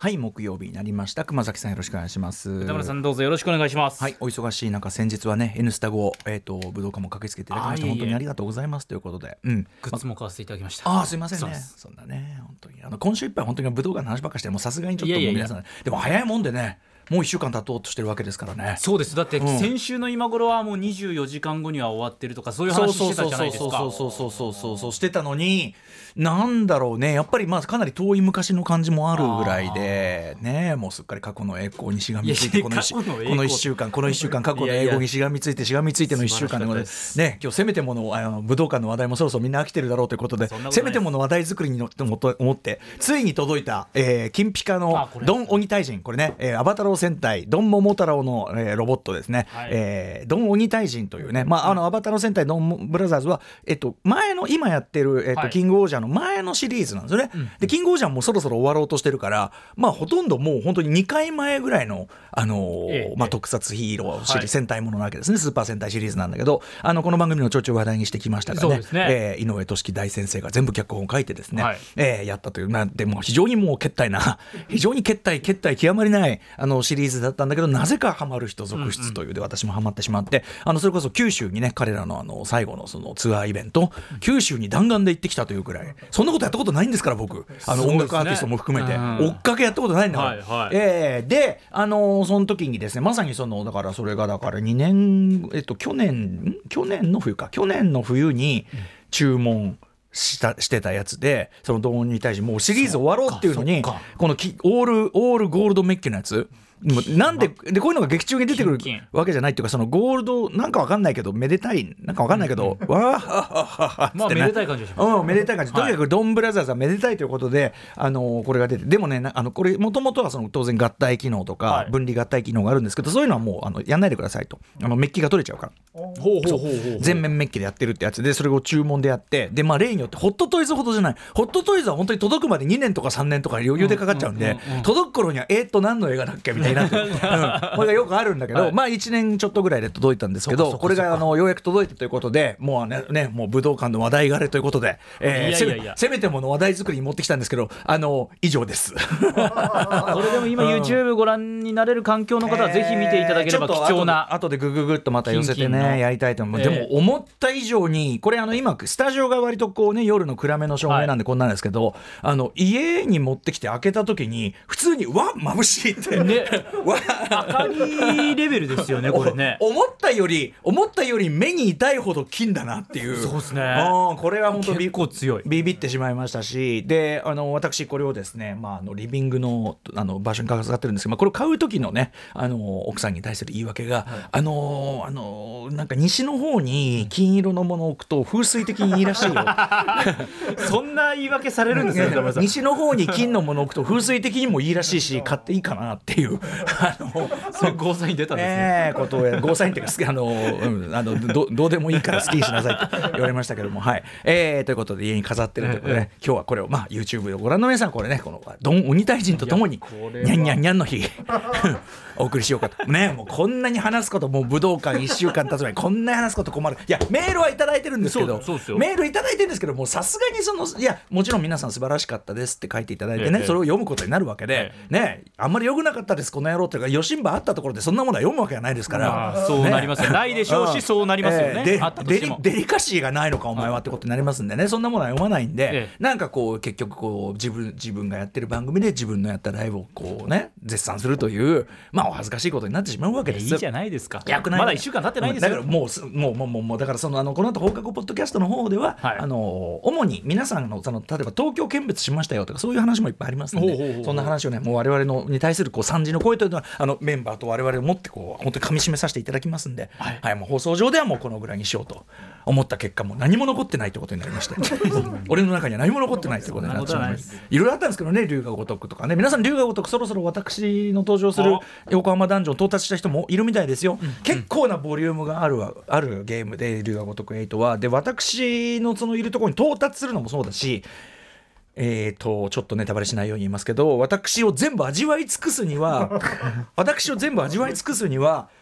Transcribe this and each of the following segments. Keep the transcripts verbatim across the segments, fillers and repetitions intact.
はい、木曜日になりました。熊崎さんよろしくお願いします。 歌村さんどうぞよろしくお願いします。 はい、お忙しい中先日はね N スタ号、えー、と武道館も駆けつけていただきまして、本当にありがとうございますということで、うん、 グッズも買わせていただきました。 ああすいませんね。そんなね本当にあの今週いっぱい本当に武道館の話ばっかしてもうさすがにちょっともう皆さん、いやいやいやでも早いもんでねもういっしゅうかん経とうとしてるわけですからね。 そうです。だって先週の今頃はもうにじゅうよじかんごには終わってるとかそういう話してたじゃないですか。 そうそうそうそうそうそうしてたのになんだろうねやっぱりまあかなり遠い昔の感じもあるぐらいでねもうすっかり過去の栄光にしがみついてこのいっしゅうかんこのいっしゅうかん過去の栄光にしがみついてしがみついてのいっしゅうかんでね今日せめてものあの武道館の話題もそろそろみんな飽きてるだろうということでせめてもの話題作りにのって思ってついに届いた、えー、金ピカのドン鬼退陣これね、えー、アバタロー戦隊ドンモモタロウの、えー、ロボットですね、はいえー、ドン鬼退陣というね、まあ、あのアバタロー戦隊ドンブラザーズは、えっと、前の今やってる、えっとはい、キングオージャーの前のシリーズなんですよね、うん、でキングオージャーもそろそろ終わろうとしてるからまあほとんどもう本当ににかいまえぐらいの、あのーええまあ、特撮ヒーローシリーズ、はい、戦隊ものなわけですねスーパー戦隊シリーズなんだけどあのこの番組のちょいちょい話題にしてきましたから ね, ね、えー、井上俊樹大先生が全部脚本を書いてですね、はいえー、やったというなでも非常にもう決体な非常に決体決体極まりないあのシリーズだったんだけどなぜかハマる人続出というで、うんうん、私もハマってしまってあのそれこそ九州にね彼ら の, あの最後 の, そのツアーイベント九州に弾丸で行ってきたというくらいそんなことやったことないんですから僕あの音楽アーティストも含めて、ねうん、追っかけやったことないんだから、はいはいえー、で、あのー、その時にですねまさにそのだからそれがだからにねん、えっと、去年去年の冬か去年の冬に注文したしてたやつでそのドンに対してもうシリーズ終わろうっていうのにこのきオールオールゴールドメッキのやつなんででこういうのが劇中に出てくるわけじゃないっていうかそのゴールドなんかわかんないけどめでたいなんかわかんないけど、うん、わーははははまあめでたい感じがします、 うん、めでたい感じ、はい、とにかくドンブラザーズはめでたいということで、あのー、これが出てでもねあのこれもともとはその当然合体機能とか、はい、分離合体機能があるんですけどそういうのはもうあのやんないでくださいとあのメッキが取れちゃうからほうほうほうほう全面メッキでやってるってやつでそれを注文でやってでまあ例によってホットトイズほどじゃないホットトイズは本当に届くまでにねんとかさんねんとか余裕でかかっちゃうんで、うんうんうんうん、届く頃にはえーっと何の映画だっけみたいになってる、うんこれがよくあるんだけど、はい、まあいちねんちょっとぐらいで届いたんですけどこれがあのようやく届いたということでもう ね, ねもう武道館の話題があれということで、えー、いやいやいやせめてもの話題作りに持ってきたんですけどあの以上ですこれでも今 YouTube ご覧になれる環境の方はぜひ見ていただければ貴重な、 えー、後でグググっとまた寄せてねやりたいと思う、えー、でも思った以上にこれあの今スタジオが割とこうね夜の暗めの照明なんでこんなんですけど、はい、あの家に持ってきて開けた時に普通にわ眩しいって、ね、わ明るいレベルですよねこれね思ったより思ったより目に痛いほど金だなっていうそうですねあこれは本当結構強いビビってしまいましたしであの私これをですね、まあ、あのリビング の, あの場所に飾ってるんですけど、まあ、これを買う時のねあの奥さんに対する言い訳が、はい、あのあのなんか西の方に金色のものを置くと風水的にいいらしいよそんな言い訳されるんですね西の方に金のものを置くと風水的にもいいらしいし買っていいかなっていうあのそれゴーサイン出たんですね、 えー、ことをゴーサインっていうかあの、うん、あの ど, どうでもいいから好きにしなさいって言われましたけども、はいえー、ということで家に飾ってるということで、ねええ、今日はこれを、まあ、YouTube をご覧の皆さんこれねこのドン鬼退陣とともににゃんにゃんにゃんの日お送りしようかとねもうこんなに話すこともう武道館いっしゅうかん経つ前にこんなに話すこと困るいやメールはいただいてるんですけどメールいただいてるんですけどもさすがにそのいやもちろん皆さん素晴らしかったですって書いていただいてね、ええ、それを読むことになるわけで、ええ、ねあんまり良くなかったですこの野郎っていうか余震波あったところでそんなものは読むわけがないですから、 まあ、そうなりますよ、ね、ないでしょうしそうなりますよね、 えー、あったとしても デ, デ, リデリカシーがないのかお前はってことになりますんでねそんなものは読まないんで、ええ、なんかこう結局こう 自, 分自分がやってる番組で自分のやったライブをこうね絶賛するというまあお恥ずかしいことになってしまうわけです。 いいじゃないですかまだいっしゅうかん経ってないんですよだからもうもうもうもうもうだからそのあのこの後放課後ポッドキャストの方では、はい、あの主に皆さん の, その例えば東京見物しましたよとかそういう話もいっぱいありますのでほうほうほうほうそんな話をねもう我々のに対するこう賛辞の声というのはあのメンバーと我々を持ってこう本当に噛み締めさせていただきますんで、はいはい、もう放送上ではもうこのぐらいにしようと思った結果もう何も残ってないということになりまして俺の中には何も残ってないということになってしまいますいろいろあったんですけどね龍が如くとかね皆さん龍が如くそろそろ私の登場する横浜ダンジョン到達した人もいるみたいですよ、うん、結構なボリュームがあるあるゲームで龍が如くはちはで私のそのいるところに到達するのもそうだしえーとちょっとネタバレしないように言いますけど私を全部味わい尽くすには私を全部味わい尽くすには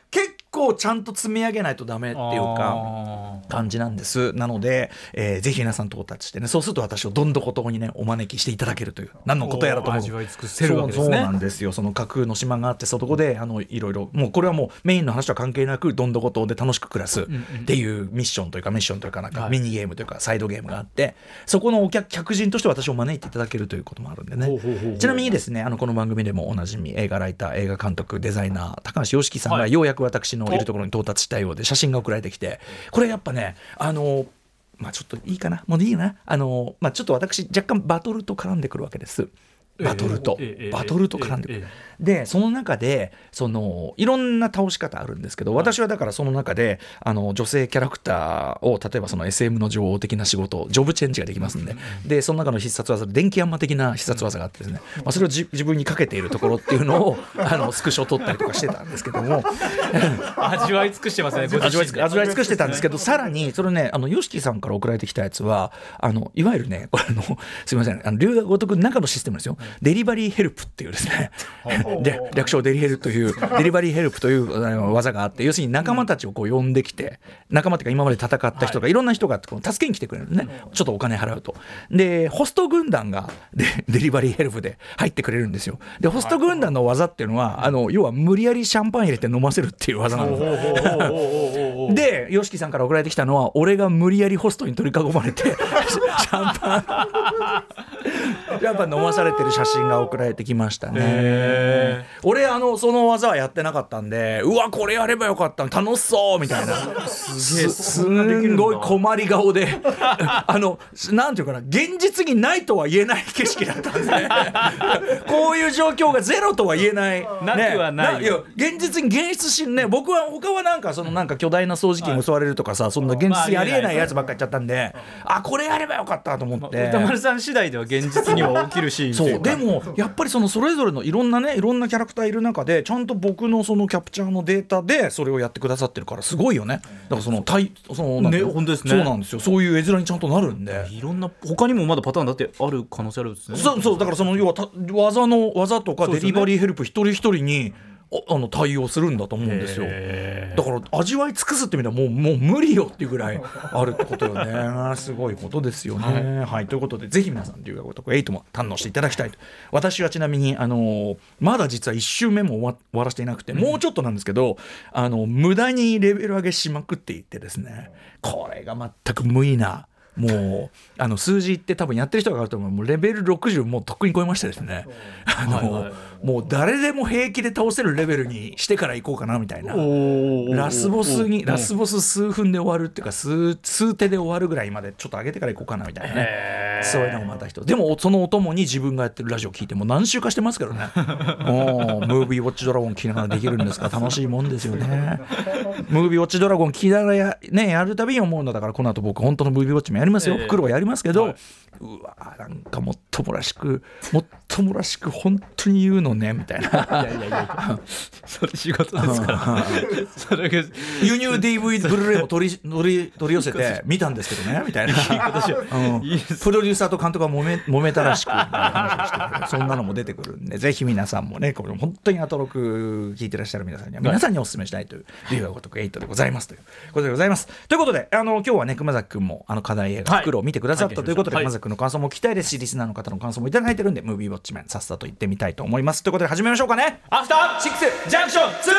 結構ちゃんと積み上げないとダメっていうか感じなんです。なので、えー、ぜひ皆さんとお立ちしてね、そうすると私をどんどことにねお招きしていただけるという、何のことやらと思う、 味わい尽くせるわけですね。 そう、そうなんですよ。その架空の島があって、そこであのいろいろ、もうこれはもうメインの話とは関係なくどんどことで楽しく暮らすっていうミッションというか、ミッションというかなんかミニゲームというかサイドゲームがあって、そこのお客客人として私を招いていただけるということもあるんでね。ほうほうほうほう。ちなみにですね、あのこの番組でもおなじみ映画ライター、映画監督、デザイナー高橋良樹さんがようやく私のいるところに到達したようで、写真が送られてきて、これやっぱね、あのまあちょっといいかな、もういいな、あのまあちょっと私若干バトルと絡んでくるわけです。バトルと、えー、バトルと絡んでくる、えーえー、でその中でそのいろんな倒し方あるんですけど、私はだからその中であの女性キャラクターを例えばその エスエム の女王的な仕事、ジョブチェンジができますんで、でその中の必殺技で電気ヤンマ的な必殺技があってですね、まあ、それをじ自分にかけているところっていうのをあのスクショを撮ったりとかしてたんですけども味わい尽くしてますね。 味わい味わい尽くしてたんですけど、さらにそれね、あの ヨシキさんから送られてきたやつはあのいわゆるね、これあのすいません、あの龍が如く中のシステムですよ、デリバリーヘルプっていうですねで略称デリヘルというデリバリーヘルプという技があって、要するに仲間たちをこう呼んできて、仲間っていうか今まで戦った人がいろんな人がこう助けに来てくれるんですね、ちょっとお金払うと。でホスト軍団が デ, デリバリーヘルプで入ってくれるんですよ。でホスト軍団の技っていうのはあの要は無理やりシャンパン入れて飲ませるっていう技なんですで ヨシキさんから送られてきたのは、俺が無理やりホストに取り囲まれてシャンパンやっぱ飲まされてる写真が送られてきましたね。俺あのその技はやってなかったんで、うわこれやればよかった楽しそうみたいな、すげえすんごい困り顔であのなんていうかな、現実にないとは言えない景色だったんですねこういう状況がゼロとは言えない、ね、 なくはない、 いや現実に現実しね、僕は他はなんかそのなんか巨大な掃除機に襲われるとかさ、そんな現実にありえないやつばっかりやっちゃったんで、あこれやればよかったと思って、 歌丸さん次第では現実には起きるシーンっていうか、 そうでもやっぱりそのそれぞれのいろんなねいろんなキャラクターいる中でちゃんと僕のそのキャプチャーのデータでそれをやってくださってるからすごいよね。だからその対そのなんて、 ね、本当ですね。 そうなんですよ。そういう絵面にちゃんとなるんで、 いろんな他にもまだパターンだってある可能性あるんですね。 そうそう、だからその要はた技の技とかデリバリーヘルプ一人一人にあの対応するんだと思うんですよ。だから味わい尽くすって意味ではもう、もう無理よっていうぐらいあるってことよねすごいことですよね、はいはい、ということでぜひ皆さん龍が如くはちも堪能していただきたいと。私はちなみにあのー、まだ実はいっ週目も終 わ, 終わらせていなくて、もうちょっとなんですけど、あの無駄にレベル上げしまくっていってですね、これが全く無意な、もうあの数字って多分やってる人があると思う、もうレベルろくじゅうもうとっくに超えましてですね、あの、はいはい、もう誰でも平気で倒せるレベルにしてから行こうかなみたいな、ラスボスにラスボス数分で終わるっていうか 数, 数手で終わるぐらいまでちょっと上げてから行こうかなみたいなね、そういうのもまた一つ。でもそのお供に自分がやってるラジオ聞いても何週かしてますけどねもうムービーウォッチドラゴン聞きながらできるんですから楽しいもんですよねムービーウォッチドラゴン聞きながら や,、ね、やるたびに思うんだ。だからこの後僕本当のムービーウォッチもやりますよ、えー、袋はやりますけど、はい、うわなんかもっともらしくもっともらしく本当に言うのねみたいないやいやいやそれ仕事ですからそれが輸入 ディーブイディー ブルーレイも取り取り取り寄せて見たんですけどねみたいなうん、プロデューサーと監督が揉め、揉めたらしくそんなのも出てくるんで、ぜひ皆さんもねこれ本当にアトロク聞いてらっしゃる皆さんには皆さんにお勧めしたいという龍が如くはちでございますということでございます。ということであの今日はね熊崎くんもあの課題映画袋を見てくださったということで、はい、熊崎くんの感想も聞きたいですし、リスナーの方の感想もいただいてるんで、ムービーウォッチメンさっさと行ってみたいと思います。ということで始めましょうかね。アフターシックスジャンクションツー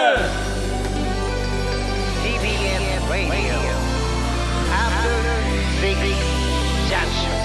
ティービーエス Radio After Six Junction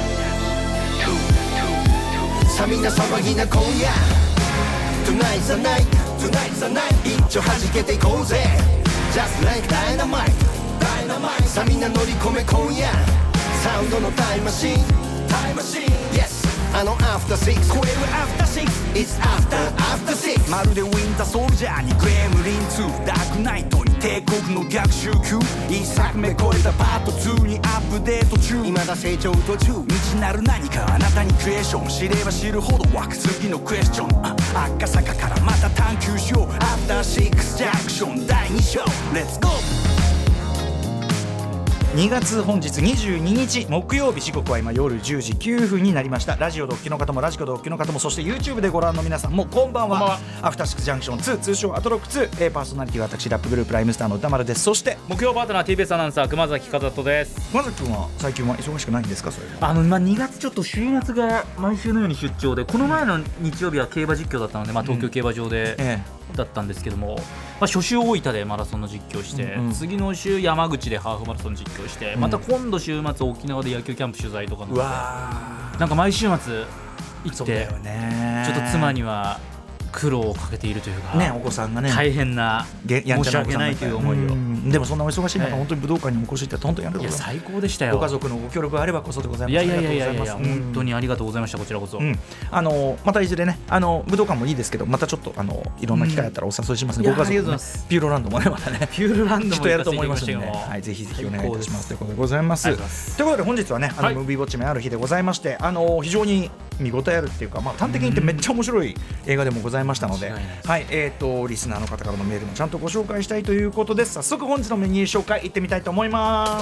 さあみんな騒ぎな今夜 Tonight's the night Tonight's the night 一丁弾けていこうぜ Just like dynamite Dynamite さあみんな乗り込め今夜サウンドのタイムマシーンタイムマシーン Yes あの After Six 超える After Six It's After After Six まるでウィンターソルジャーにグレムリンツーダークナイトに帝国の逆襲級一作目超えたパートツーにアップデート中未だ成長途中未知なる何かあなたにクエスチョン知れば知るほど湧く次のクエスチョン赤坂からまた探求しよう After Six Junction だいに章 Let's go にがつ本日にじゅうににち木曜日、時刻は今夜じゅうじきゅうふんになりました。ラジオでお聞きの方もラジコでお聞きの方も、そして YouTube でご覧の皆さんもこんばんは。 こんばんは。 アフターシックスジャンクションツー、通称アトロックツー、えー、パーソナリティは私ラップグループライムスターの歌丸です。そして木曜パートナー ティービーエス アナウンサー熊崎和人です。 熊崎君は最近は忙しくないんですか？それあの、まあ、にがつちょっと週末が毎週のように出張で、この前の日曜日は競馬実況だったので、まあ、東京競馬場で、うんええ、だったんですけども、まあ、初週大分でマラソンの実況して、うんうん、次の週山口でハーフマラソン実況して、うん、また今度週末沖縄で野球キャンプ取材とかの、うわなんか毎週末行って、ね、ちょっと妻には苦労をかけているというか、 ね、お子さんがね大変な申し訳ないという思いを。 でもそんなお忙しい中、本当に武道館にお越しいただいて本当にありがとうございます。 いや最高でしたよ。 ご家族のご協力があればこそでございます。 いやいやいやいやいや、本当にありがとうございました。こちらこそ、うん、あのまたいずれね、あの武道館もいいですけど、またちょっとあのいろんな機会あったらお誘いしますので、うん、ご家族、ね、ピューロランドもね、またねピューロランドもきっとやると思いますので、ねはい、ぜひぜひお願いいたしますということでございます。ということで本日はね、あの、はい、ムービーウォッチメンある日でございまして、あの非常に見応えあるっていうか、まあ、端的に言ってめっちゃ面白い映画でもございましたので、はい、えーとリスナーの方からのメールもちゃんとご紹介したいということです。早速本日のメニュー紹介いってみたいと思います。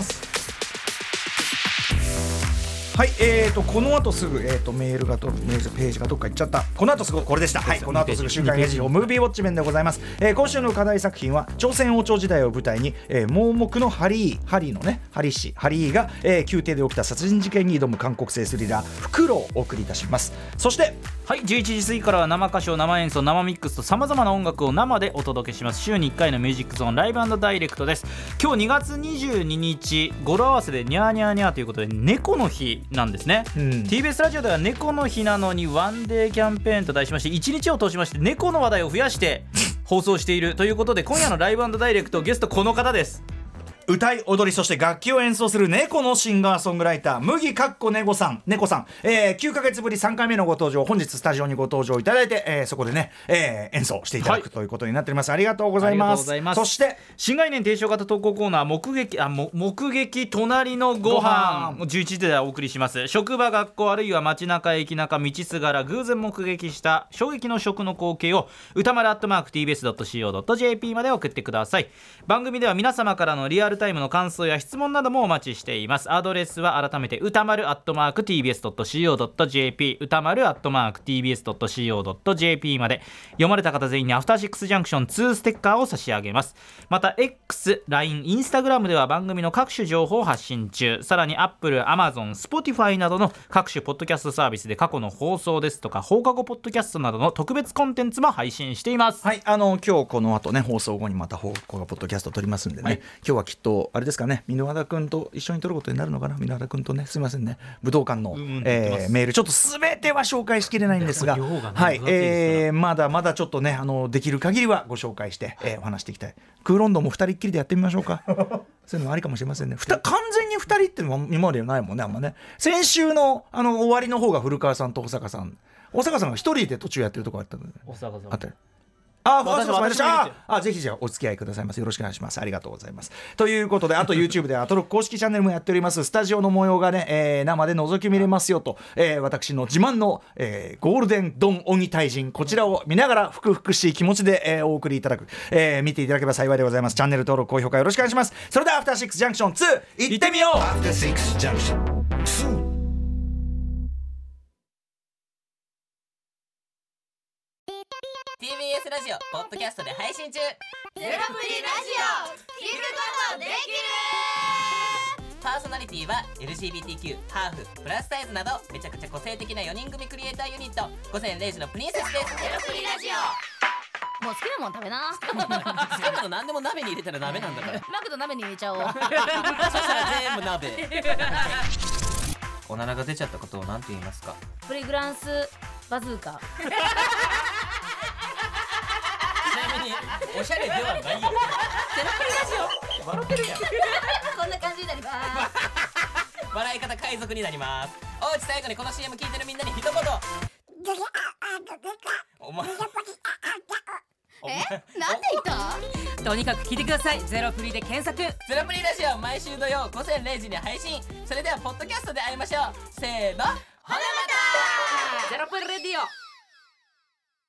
はい、えーとこの後すぐ、えーとメールがとメールページがどっか行っちゃった。この後すぐこれでした。はい、この後すぐ週刊映画ムービーウォッチメンでございます。えー、今週の課題作品は朝鮮王朝時代を舞台に、えー、盲目のハリーハリーのねハリー氏ハリーが、えー、宮廷で起きた殺人事件に挑む韓国製スリラーフクロウをお送りいたします。そしてはいじゅういちじ過ぎからは生歌唱生演奏生ミックスとさまざまな音楽を生でお届けします。週にいっかいのミュージックゾーンライブ&ダイレクトです。今日にがつにじゅうににち語呂合わせでニャーニャーニャーということで猫の日なんですね。うん、ティービーエス ラジオでは猫の日なのにワンデーキャンペーンと題しまして、いちにちを通しまして猫の話題を増やして放送しているということで、今夜のライブ&ダイレクトゲストこの方です。 歌い踊りそして楽器を演奏する猫のシンガーソングライター麦かっこ猫さん猫さん、えー、きゅうかげつぶりさんかいめのご登場、本日スタジオにご登場いただいて、えー、そこでね、えー、演奏していただく、はい、ということになっております。ありがとうございます。そして新概念提唱型投稿コーナー目撃あも目撃隣のご飯じゅういちじでお送りします。職場学校あるいは街中駅中道すがら偶然目撃した衝撃の食の光景を歌丸アットマーク ティービーエスドットシーオードットジェーピー まで送ってください。番組では皆様からのリアルタイムの感想や質問などもお待ちしています。アドレスは改めて歌丸アットマーク ティービーエスドットシーオードットジェーピー 歌丸アットマーク ティービーエスドットシーオードットジェーピー まで。読まれた方全員にアフターシックスジャンクションツーステッカーを差し上げます。また X、ライン、インスタグラムでは番組の各種情報を発信中。さらに Apple、Amazon、Spotify などの各種ポッドキャストサービスで過去の放送ですとか放課後ポッドキャストなどの特別コンテンツも配信しています。 はい、あの今日この後ね放送後にまた放課後ポッドキャスト撮りますんでね、はい、今日はきっとあれですかね、箕輪田君と一緒に撮ることになるのかな。箕輪田君とね、すみませんね、武道館の、うんうんえー、メールちょっと全ては紹介しきれないんですが、はい、えー、まだまだちょっとねあのできる限りはご紹介して、えー、お話していきたい。クーロンドンもふたりっきりでやってみましょうかそういうのもありかもしれませんね。ふた完全にふたりっていうのも今まではないもんね、あんまね。先週のあの終わりの方が古川さんと保坂さん保坂さんが一人で途中やってるとこあったので、 保坂さんあったあ私私ああぜひじゃあお付き合いくださいます。よろしくお願いします。ありがとうございます。ということで、あと YouTube でアトロック公式チャンネルもやっております。スタジオの模様がね、えー、生で覗き見れますよと、えー、私の自慢の、えー、ゴールデンドン鬼退陣、こちらを見ながらふくふくしい気持ちで、えー、お送りいただく、えー、見ていただければ幸いでございます。チャンネル登録高評価よろしくお願いします。それではアフターシックスジャンクションツー行ってみよう。アフターシックスジャンクションツーティービーエス ラジオポッドキャストで配信中。ゼロプリラジオ聞くことできる。パーソナリティは エルジービーティーキュー、ハーフ、プラスサイズなどめちゃくちゃ個性的なよにん組クリエイターユニット午前れいじのプリンセスです。ゼロプリラジオもう好きなもん食べな好きなの何でも鍋に入れたら鍋なんだからマクド鍋に入れちゃおうそしたら全部鍋おならが出ちゃったことを何て言いますか？ プリグランスバズーカちなみにおしゃれではないよ。ゼロプリラジオ笑ってるやんこんな感じになります笑い方海賊になります。おうち最後にこの シーエム 聞いてるみんなに一言お前えなんて言った？とにかく聞いてください。ゼロプリで検索。 ゼロプリラジオ毎週土曜午前れいじに配信。それではポッドキャストで会いましょう。せーの、ほなまた。 ゼロプリレディオ。